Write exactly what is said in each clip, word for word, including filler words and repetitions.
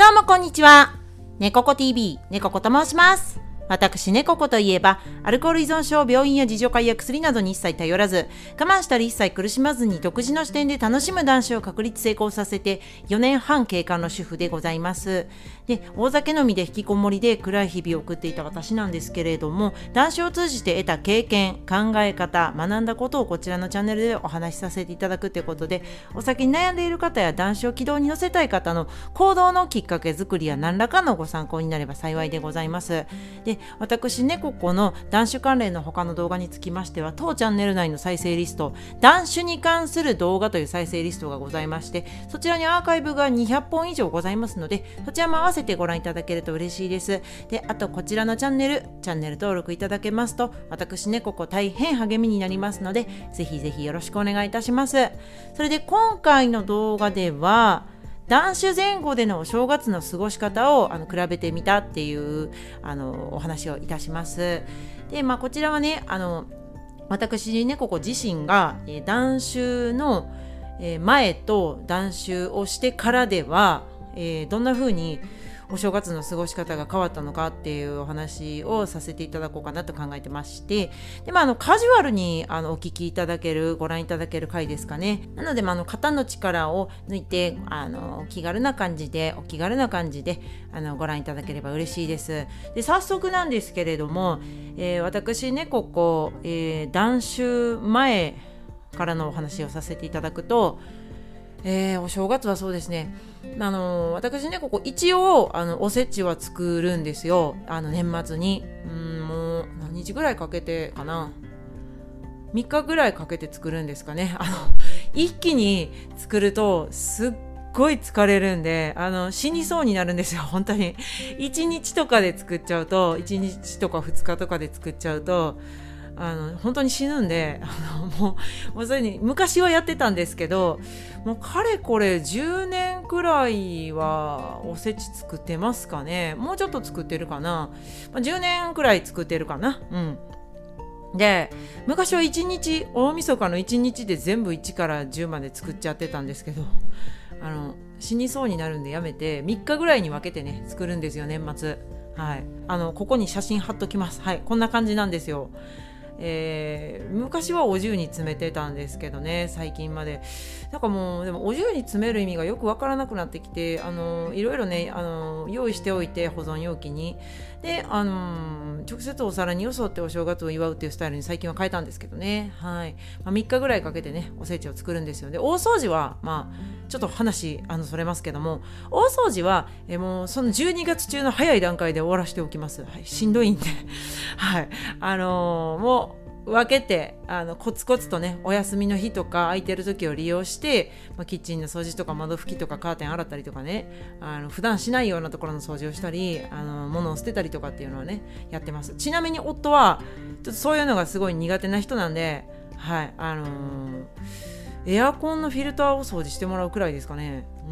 どうもこんにちは。ねここ ティーブイ ねここと申します。私ねここといえば、アルコール依存症、病院や自助会や薬などに一切頼らず、我慢したり一切苦しまずに独自の視点で楽しむ男子を確立成功させてよねんはん経過の主婦でございます。で、大酒飲みで引きこもりで暗い日々を送っていた私なんですけれども、男子を通じて得た経験、考え方、学んだことをこちらのチャンネルでお話しさせていただくということで、お酒に悩んでいる方や男子を軌道に乗せたい方の行動のきっかけ作りや何らかのご参考になれば幸いでございます。で、私ねここの男子関連の他の動画につきましては、当チャンネル内の再生リスト、男子に関する動画という再生リストがございまして、そちらにアーカイブがにひゃっぽん以上ございますので、そちらも合わせてご覧いただけると嬉しいです。で、あとこちらのチャンネルチャンネル登録いただけますと、私ねここ大変励みになりますので、ぜひぜひよろしくお願いいたします。それで今回の動画では、断酒前後でのお正月の過ごし方をあの比べてみたっていうあのお話をいたします。で、まあ、こちらはね、あの私ねここ自身が、えー、断酒の、えー、前と断酒をしてからでは、えー、どんな風にお正月の過ごし方が変わったのかっていうお話をさせていただこうかなと考えてまして、で、まあ、あのカジュアルにあのお聞きいただけるご覧いただける回ですかね。なので、まあ、あの肩の力を抜いてあの気軽な感じでお気軽な感じであのご覧いただければ嬉しいです。で、早速なんですけれども、えー、私ねここ、えー、断酒前からのお話をさせていただくと、えー、お正月はそうですね、あの私ねここ一応あのおせちは作るんですよ。あの年末にうんもう何日ぐらいかけてかな、みっかぐらいかけて作るんですかね。あの一気に作るとすっごい疲れるんで、あの死にそうになるんですよ本当に。いちにちとかで作っちゃうといちにちとかふつかとかで作っちゃうとあの本当に死ぬんで、あのもう、もうそれに昔はやってたんですけど、もうかれこれじゅうねんくらいはおせち作ってますかね。もうちょっと作ってるかな、まあ、じゅうねんくらい作ってるかな。うんで、昔はいちにち、大晦日のいちにちで全部いちからじゅうまで作っちゃってたんですけど、あの死にそうになるんでやめてみっかぐらいに分けてね作るんですよ、年末。はい、あのここに写真貼っときます。はい、こんな感じなんですよ。えー、昔はお重に詰めてたんですけどね、最近まで。なんかもうでもお重に詰める意味がよくわからなくなってきて、あのいろいろね、あの用意しておいて保存容器にで、あの直接お皿によそってお正月を祝うっていうスタイルに最近は変えたんですけどね。はい、まあ、みっかぐらいかけてねおせちを作るんですよ。で、大掃除はまあちょっと話あのそれますけども、大掃除はえもうそのじゅうにがつ中の早い段階で終わらせておきます。はい、しんどいんではいあのー、もう分けてあのコツコツとね、お休みの日とか空いてる時を利用して、まあ、キッチンの掃除とか窓拭きとかカーテン洗ったりとかね、あの普段しないようなところの掃除をしたり、あの物を捨てたりとかっていうのはねやってます。ちなみに夫はちょっとそういうのがすごい苦手な人なんで、はいあのー、エアコンのフィルターを掃除してもらうくらいですかね。うん、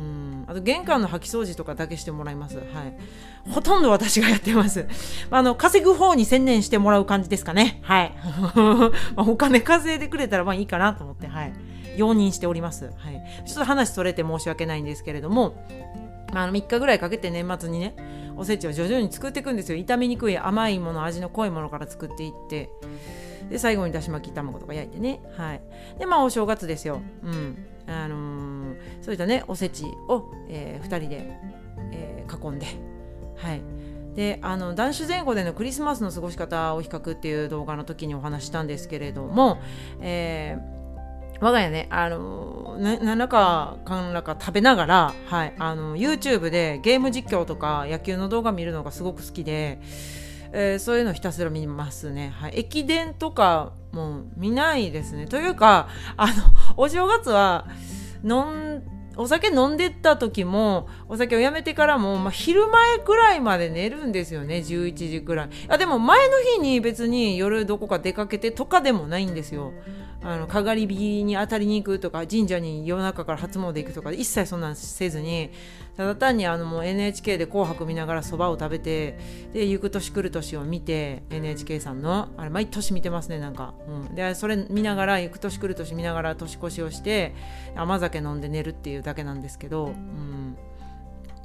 あと玄関の掃き掃除とかだけしてもらいます。はい、ほとんど私がやってます。あの稼ぐ方に専念してもらう感じですかね。はいお金稼いでくれたらまあいいかなと思って、はい、容認しております。はい、ちょっと話それて申し訳ないんですけれども、あのみっかぐらいかけて年末にねおせちを徐々に作っていくんですよ。傷みにくい甘いもの、味の濃いものから作っていって、で最後にだし巻き卵とか焼いてね。はい、でまあお正月ですよ。うんあのー、そういったねおせちを、えー、ふたりで、えー、囲んで、はい、であの断酒前後でのクリスマスの過ごし方を比較っていう動画の時にお話したんですけれども、えー、我が家ね、あのー、何らかかんらか食べながら、はい、あの YouTube でゲーム実況とか野球の動画見るのがすごく好きで、えー、そういうのをひたすら見ますね。はい、駅伝とかも見ないですね。というかあのお正月は飲んお酒飲んでった時もお酒をやめてからも、まあ、昼前くらいまで寝るんですよね。じゅういちじくらい。あでも前の日に別に夜どこか出かけてとかでもないんですよ。あのかがり火に当たりに行くとか神社に夜中から初詣行くとか一切そんなんせずに、ただ単にあのもう エヌエイチケー で紅白見ながらそばを食べて、で行く年来る年を見て エヌエイチケー さんのあれ毎年見てますね。なんか、うん、でそれ見ながら行く年来る年見ながら年越しをして甘酒飲んで寝るっていうだけなんですけど、うん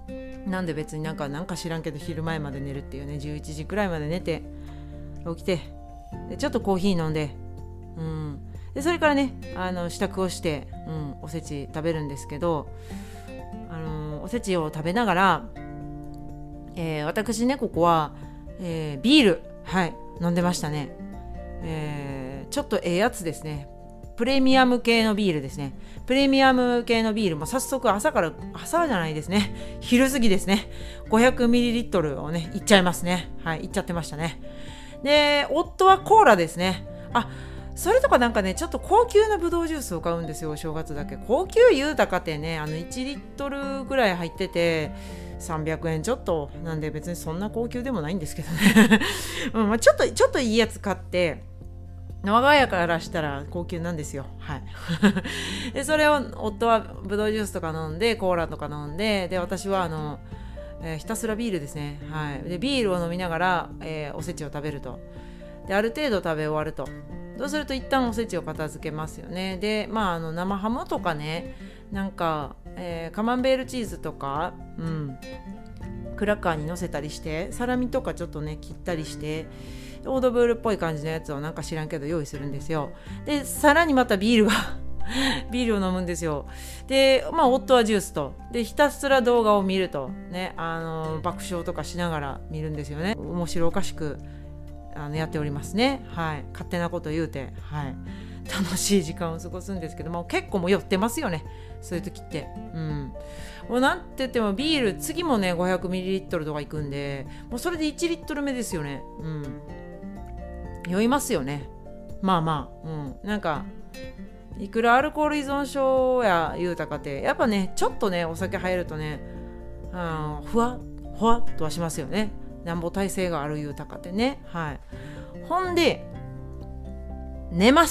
なんで別になんかなんか知らんけど昼前まで寝るっていうね、じゅういちじくらいまで寝て起きて、でちょっとコーヒー飲んで、うん、でそれからねあの支度をして、うん、おせち食べるんですけど、あのおせちを食べながら、えー、私ねここは、えー、ビールはい飲んでましたね、えー、ちょっとええやつですね。プレミアム系のビールですね。プレミアム系のビールも早速朝から、朝じゃないですね、昼過ぎですね、 ごひゃくミリリットル をねいっちゃいますね。はい、いっちゃってましたね。で夫はコーラですね。あ、それとかなんかねちょっと高級なブドウジュースを買うんですよ、お正月だけ。高級言うたかてね、あのいちリットルぐらい入っててさんびゃくえんちょっとなんで、別にそんな高級でもないんですけどね、うんまあ、ちょっとちょっといいやつ買って、我が家からしたら高級なんですよ。はいでそれを夫はブドウジュースとか飲んで、コーラとか飲んで、で私はあの、えー、ひたすらビールですね。はい、でビールを飲みながら、えー、おせちを食べると。である程度食べ終わると。そうすると一旦おせちを片付けますよね。でまああの生ハムとかね、なんか、えー、カマンベールチーズとか、うん、クラッカーに乗せたりして、サラミとかちょっとね切ったりして、オードブルっぽい感じのやつをなんか知らんけど用意するんですよ。でさらにまたビールがビールを飲むんですよ。でまあ夫はジュースと、でひたすら動画を見るとね、あの爆笑とかしながら見るんですよね。面白おかしくあのやっておりますね。はい、勝手なこと言うて、はい、楽しい時間を過ごすんですけども、結構もう酔ってますよね、そういう時って。うん、もうなんて言ってもビール次もね ごひゃくミリリットル とかいくんで、もうそれでいちリットル目ですよね。うん、酔いますよね。まあまあ、うん、なんかいくらアルコール依存症や言うたかて、やっぱねちょっとねお酒入るとね、うん、ふわふわっとはしますよね。なんぼ耐性がある言うたかてね。はい、ほんで寝ます。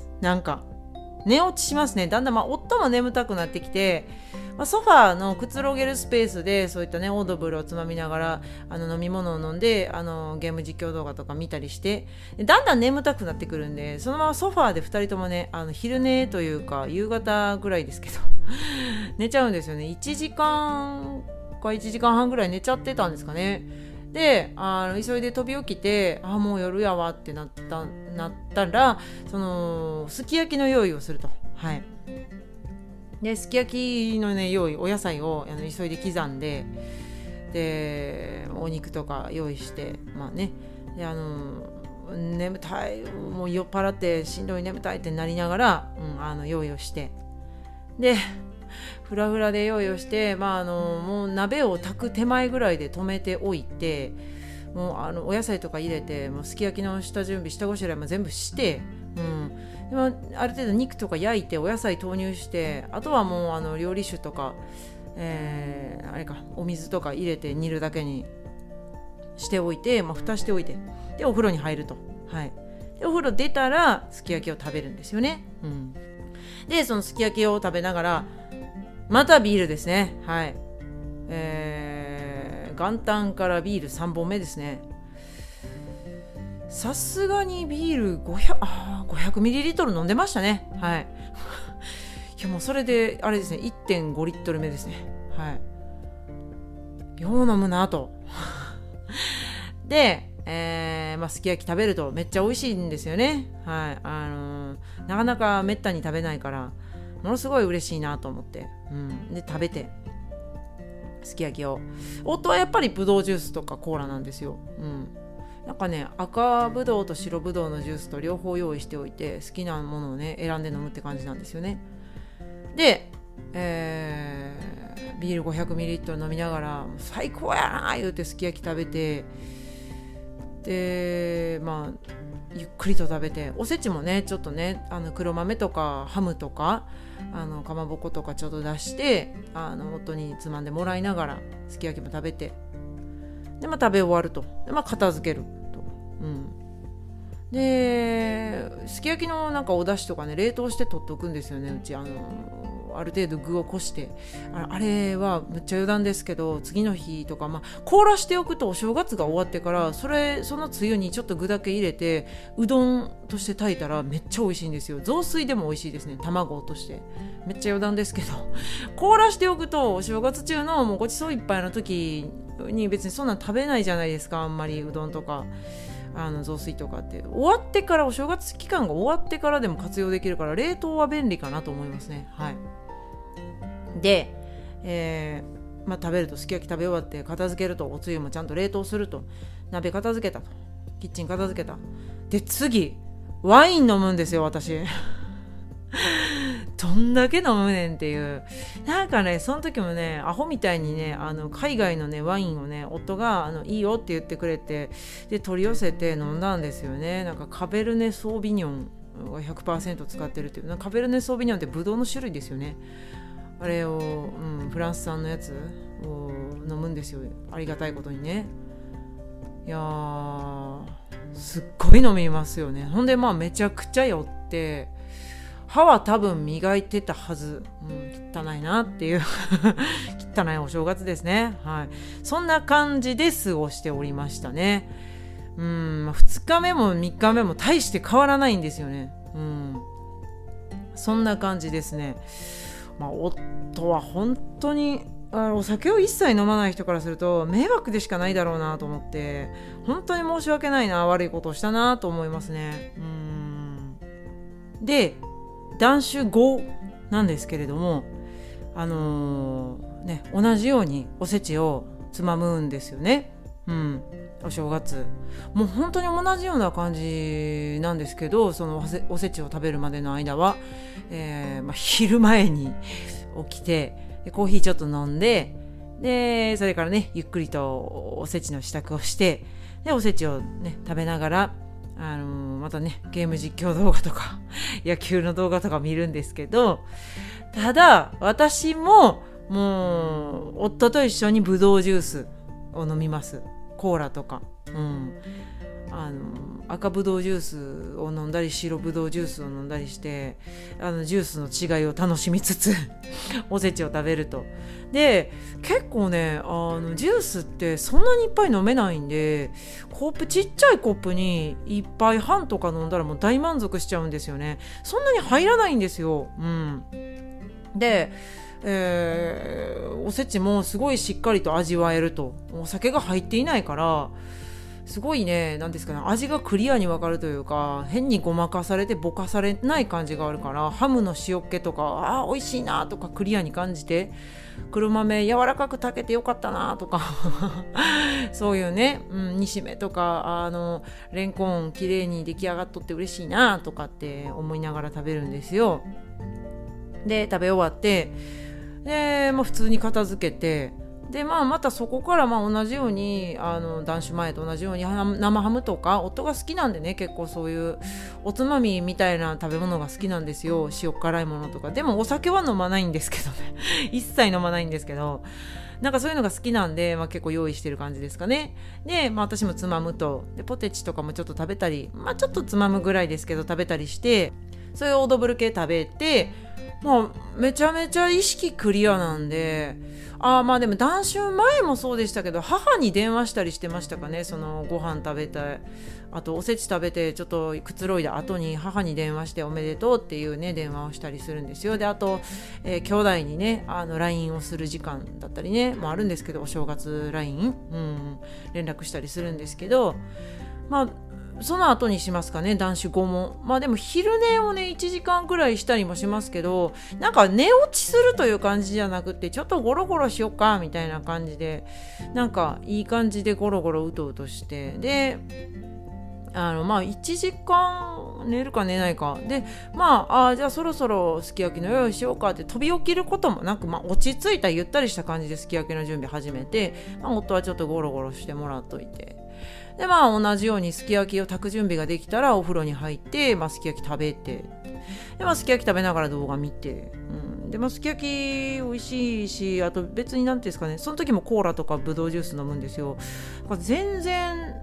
なんか寝落ちしますね。だんだんまあ夫も眠たくなってきて、まあ、ソファーのくつろげるスペースでそういったねオードブルをつまみながらあの飲み物を飲んで、あのゲーム実況動画とか見たりして、だんだん眠たくなってくるんで、そのままソファーでふたりともね、あの昼寝というか夕方ぐらいですけど寝ちゃうんですよね。いちじかんかいちじかんはんぐらい寝ちゃってたんですかね。であの急いで飛び起きて、あもう夜やわってなったなったら、そのすき焼きの用意をすると。はい、ですき焼きのね用意、お野菜をあの急いで刻んで、でお肉とか用意して、まあね、であの眠たい、もう酔っ払ってしんどい眠たいってなりながら、うん、あの用意をして、でフラフラで用意をして、まあ、あのもう鍋を炊く手前ぐらいで止めておいて、もうあのお野菜とか入れて、もうすき焼きの下準備下ごしらえも全部して、うん、でもある程度肉とか焼いてお野菜投入して、あとはもうあの料理酒とか、えー、あれかお水とか入れて煮るだけにしておいて、まあ、蓋しておいて、でお風呂に入ると。はい、でお風呂出たらすき焼きを食べるんですよね。うん、でそのすき焼きを食べながらまたビールですね。はい、えー、元旦からビールさんぼんめですね。さすがにビールごひゃく、あー、ごひゃくミリリットル 飲んでましたね。はい。いやもうそれであれですね、いってんごリットル目ですね。はい。よう飲むなと。で、えーまあ、すき焼き食べるとめっちゃ美味しいんですよね。はい。あのー、なかなかめったに食べないから。ものすごい嬉しいなと思って、うん、で食べてすき焼きを。夫はやっぱりブドウジュースとかコーラなんですよ。うん、なんかね赤ブドウと白ブドウのジュースと両方用意しておいて、好きなものをね選んで飲むって感じなんですよね。で、えー、ビール ごひゃくミリリットル 飲みながら最高やな言うてすき焼き食べて、でまあゆっくりと食べて、おせちもねちょっとねあの黒豆とかハムとかあのかまぼことかちょっと出して、あの夫につまんでもらいながらすき焼きも食べて、でまあ食べ終わると、でまあ片付けると、うん、ですき焼きのなんかお出汁とかね冷凍して取っておくんですよね。うちあのこうある程度具をこして、ああれはむっちゃ余談ですけど、次の日とか、まあ、凍らしておくとお正月が終わってからそれそのつゆにちょっと具だけ入れてうどんとして炊いたらめっちゃ美味しいんですよ。雑炊でも美味しいですね、卵として。めっちゃ余談ですけど凍らしておくとお正月中のもうごちそういっぱいの時に別にそんなん食べないじゃないですか、あんまりうどんとかあの雑炊とかって。終わってから、お正月期間が終わってからでも活用できるから冷凍は便利かなと思いますね。はい。で、えーまあ、食べるとすき焼き食べ終わって片付けるとおつゆもちゃんと冷凍すると、鍋片付けたと、キッチン片付けた。で次ワイン飲むんですよ私どんだけ飲むねんっていう。なんかね、その時もね、アホみたいにね、あの海外のねワインをね、夫があのいいよって言ってくれて、で取り寄せて飲んだんですよね。なんかカベルネソービニョンが ひゃくパーセント 使ってるっていう。なんかカベルネソービニョンってブドウの種類ですよね。あれを、うん、フランス産のやつを飲むんですよ、ありがたいことにね。いやー、すっごい飲みますよね。ほんでまあめちゃくちゃ酔って、歯は多分磨いてたはず、うん、汚いなっていう汚いお正月ですね。はい、そんな感じで過ごしておりましたね。うん、ふつかめもみっかめも大して変わらないんですよね。うん、そんな感じですね。まあ、夫は本当にあお酒を一切飲まない人からすると迷惑でしかないだろうなと思って、本当に申し訳ないな、悪いことをしたなと思いますね。うんで断酒後なんですけれども、あのーね、同じようにおせちをつまむんですよね。うん、お正月もう本当に同じような感じなんですけど、そのおせ、おせちを食べるまでの間は、えーまあ、昼前に起きてでコーヒーちょっと飲んで、でそれからねゆっくりとおせちの支度をして、でおせちをね食べながら、あのー、またねゲーム実況動画とか野球の動画とか見るんですけど、ただ私ももう夫と一緒にブドウジュースを飲みます。コーラとか、うん、あの赤ブドウジュースを飲んだり白ブドウジュースを飲んだりして、あのジュースの違いを楽しみつつおせちを食べると。で結構ね、あのジュースってそんなにいっぱい飲めないんで、コップちっちゃいコップにいっぱい半とか飲んだらもう大満足しちゃうんですよね。そんなに入らないんですよ。うん、でえー、おせちもすごいしっかりと味わえると。お酒が入っていないからすごいね、なんですかね、味がクリアに分かるというか、変にごまかされてぼかされない感じがあるから、ハムの塩っ気とか、あー美味しいなとかクリアに感じて、黒豆柔らかく炊けてよかったなとかそういうね、うん、煮しめとか、あのレンコンきれいに出来上がっとって嬉しいなとかって思いながら食べるんですよ。で食べ終わって、で、まあ、普通に片付けて、で、まあ、またそこからまあ同じようにあの断酒前と同じように生ハムとか、夫が好きなんでね、結構そういうおつまみみたいな食べ物が好きなんですよ。塩辛いものとか。でもお酒は飲まないんですけどね一切飲まないんですけど、なんかそういうのが好きなんで、まあ、結構用意してる感じですかね。で、まあ、私もつまむと、でポテチとかもちょっと食べたり、まあ、ちょっとつまむぐらいですけど食べたりして、そういうオードブル系食べて、まあ、めちゃめちゃ意識クリアなんで、あまあでも断酒前もそうでしたけど、母に電話したりしてましたかね。そのご飯食べたい、あとおせち食べてちょっとくつろいだ後に母に電話しておめでとうっていうね電話をしたりするんですよ。であと、えー、兄弟にねあの ライン をする時間だったりねもあるんですけど、お正月 ライン、うん、連絡したりするんですけど、まあその後にしますかね、断酒後も。まあでも昼寝をねいちじかんくらいしたりもしますけど、なんか寝落ちするという感じじゃなくて、ちょっとゴロゴロしよっかみたいな感じで、なんかいい感じでゴロゴロうとうとして、であのまあいちじかん寝るか寝ないかで、まあ、あじゃあそろそろすき焼きの用意しようかって飛び起きることもなく、まあ、落ち着いたゆったりした感じですき焼きの準備始めて、まあ、夫はちょっとゴロゴロしてもらっといて、でまあ同じようにすき焼きを炊く準備ができたらお風呂に入って、まあ、すき焼き食べて、で、まあ、すき焼き食べながら動画見て、うん、で、まあ、すき焼き美味しいし、あと別になんていうんですかね、その時もコーラとかブドウジュース飲むんですよ。全然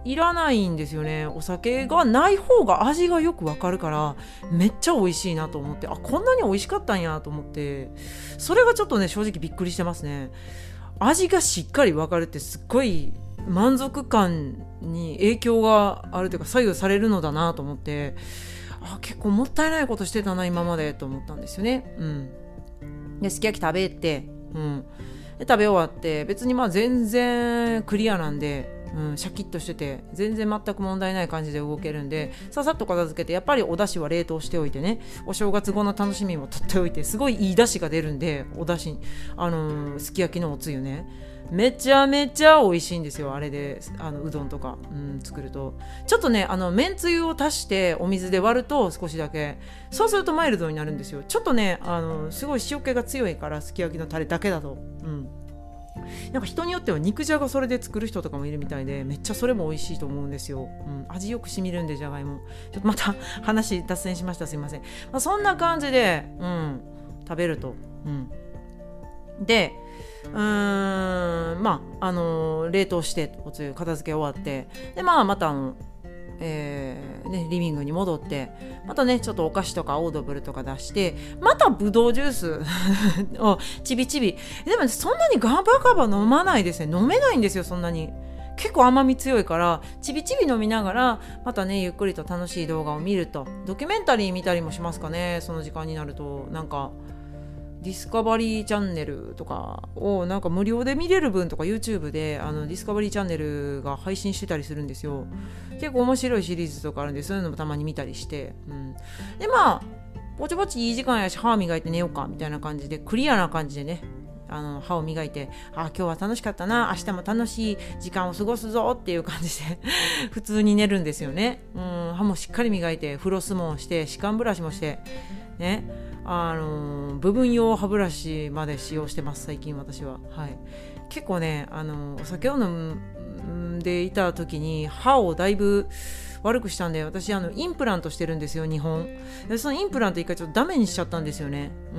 いらないんですよね。お酒がない方が味がよくわかるからめっちゃ美味しいなと思って、あ、こんなに美味しかったんやと思って、それがちょっとね正直びっくりしてますね。味がしっかりわかるってすっごい満足感に影響があるというか左右されるのだなと思って、あ、結構もったいないことしてたな今までと思ったんですよね。うん、ですき焼き食べて、うん、で食べ終わって別にまあ全然クリアなんで、うん、シャキッとしてて全然全く問題ない感じで動けるんで、ささっと片付けて、やっぱりお出汁は冷凍しておいてね、お正月後の楽しみも取っておいて、すごいいい出汁が出るんで、お出汁、あのー、すき焼きのおつゆねめちゃめちゃ美味しいんですよ。あれであのうどんとか、うん、作るとちょっとね、あのめんつゆを足してお水で割ると少しだけ、そうするとマイルドになるんですよ。ちょっとね、あのすごい塩気が強いから、すき焼きのタレだけだと、うん、なんか人によっては肉じゃがそれで作る人とかもいるみたいで、めっちゃそれも美味しいと思うんですよ。うん、味よく染みるんで、じゃがいも。ちょっとまた話脱線しました、すいません。まあ、そんな感じで、うん、食べると、うん、でうーんまああのー、冷凍しておつゆ片付け終わって、でまあまたあのえーね、リビングに戻ってまたねちょっとお菓子とかオードブルとか出して、またブドウジュースをちびちび、でも、ね、そんなにガバガバ飲まないですね。飲めないんですよ、そんなに。結構甘み強いからちびちび飲みながら、またねゆっくりと楽しい動画を見ると、ドキュメンタリー見たりもしますかね。その時間になると、なんかディスカバリーチャンネルとかをなんか無料で見れる分とか YouTube であのディスカバリーチャンネルが配信してたりするんですよ。結構面白いシリーズとかあるんで、そういうのもたまに見たりして、うん、でまあぼちぼちいい時間やし歯磨いて寝ようかみたいな感じで、クリアな感じでね、あの歯を磨いて、あ、今日は楽しかったな、明日も楽しい時間を過ごすぞっていう感じで普通に寝るんですよね。うん、歯もしっかり磨いて、フロスもして歯間ブラシもしてね、あのー、部分用歯ブラシまで使用してます最近私は。はい、結構ね、あのー、お酒を飲んでいた時に歯をだいぶ悪くしたんで、私あのインプラントしてるんですよ、にほん。でそのインプラント一回ちょっとダメにしちゃったんですよね。うん、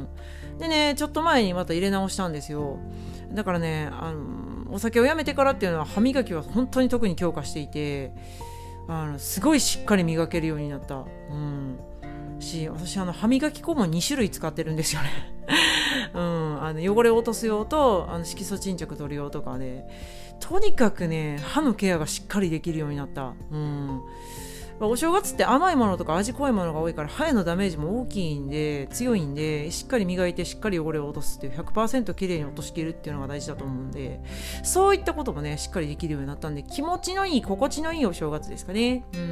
でね、ちょっと前にまた入れ直したんですよ。だからね、あのお酒をやめてからっていうのは歯磨きは本当に特に強化していて、あのすごいしっかり磨けるようになった。うんし、私あの歯磨き粉もに種類使ってるんですよね、うん、あの汚れを落とす用とあの色素沈着取る用とかで、とにかくね歯のケアがしっかりできるようになった。うん、お正月って甘いものとか味濃いものが多いから歯へのダメージも大きいんで、強いんで、しっかり磨いてしっかり汚れを落とすっていう ひゃくパーセント きれいに落としきるっていうのが大事だと思うんで、そういったこともねしっかりできるようになったんで、気持ちのいい心地のいいお正月ですかね。うん、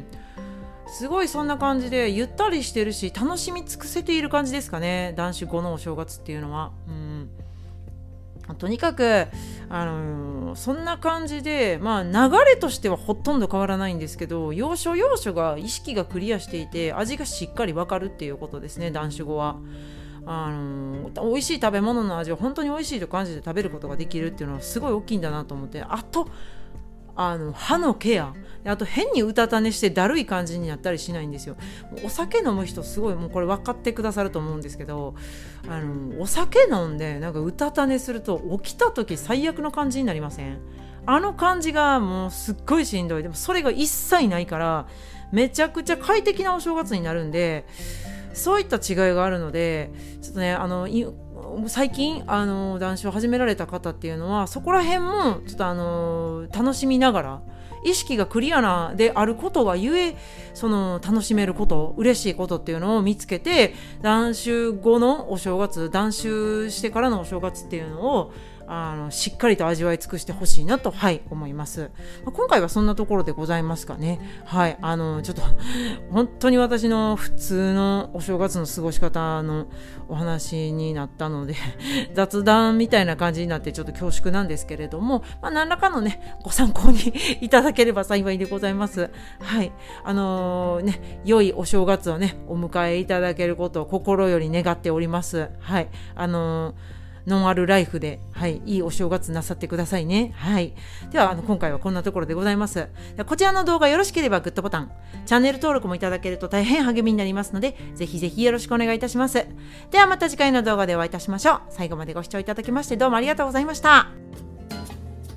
すごいそんな感じでゆったりしてるし、楽しみ尽くせている感じですかね、断酒後のお正月っていうのは。うん、とにかく、あのー、そんな感じで、まあ、流れとしてはほとんど変わらないんですけど、要所要所が意識がクリアしていて味がしっかり分かるっていうことですね、断酒後は。あのー、美味しい食べ物の味を本当に美味しいと感じて食べることができるっていうのはすごい大きいんだなと思って、あとあの歯のケア、あと変にうたた寝してだるい感じになったりしないんですよ。お酒飲む人すごいもうこれ分かってくださると思うんですけど、あのお酒飲んでなんかうたた寝すると起きた時最悪の感じになりません？あの感じがもうすっごいしんどい。でもそれが一切ないからめちゃくちゃ快適なお正月になるんで、そういった違いがあるので、ちょっとね、あの最近あの断酒を始められた方っていうのはそこら辺もちょっとあの楽しみながら、意識がクリアなであることがゆえ、その楽しめること、嬉しいことっていうのを見つけて、断酒後のお正月、断酒してからのお正月っていうのをあのしっかりと味わい尽くしてほしいなと、はい、思います。今回はそんなところでございますかね。はい、あのちょっと本当に私の普通のお正月の過ごし方のお話になったので雑談みたいな感じになってちょっと恐縮なんですけれども、まあ、何らかのねご参考にいただければ幸いでございます。はい、あのー、ね良いお正月をねお迎えいただけることを心より願っております。はい、あのーノンアルライフで、はい、いいお正月なさってくださいね。はい、ではあの今回はこんなところでございます。こちらの動画よろしければグッドボタン、チャンネル登録もいただけると大変励みになりますので、ぜひぜひよろしくお願いいたします。ではまた次回の動画でお会いいたしましょう。最後までご視聴いただきましてどうもありがとうございました。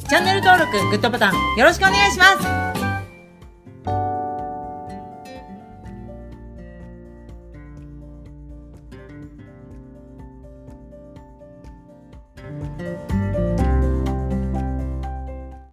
チャンネル登録、グッドボタンよろしくお願いします。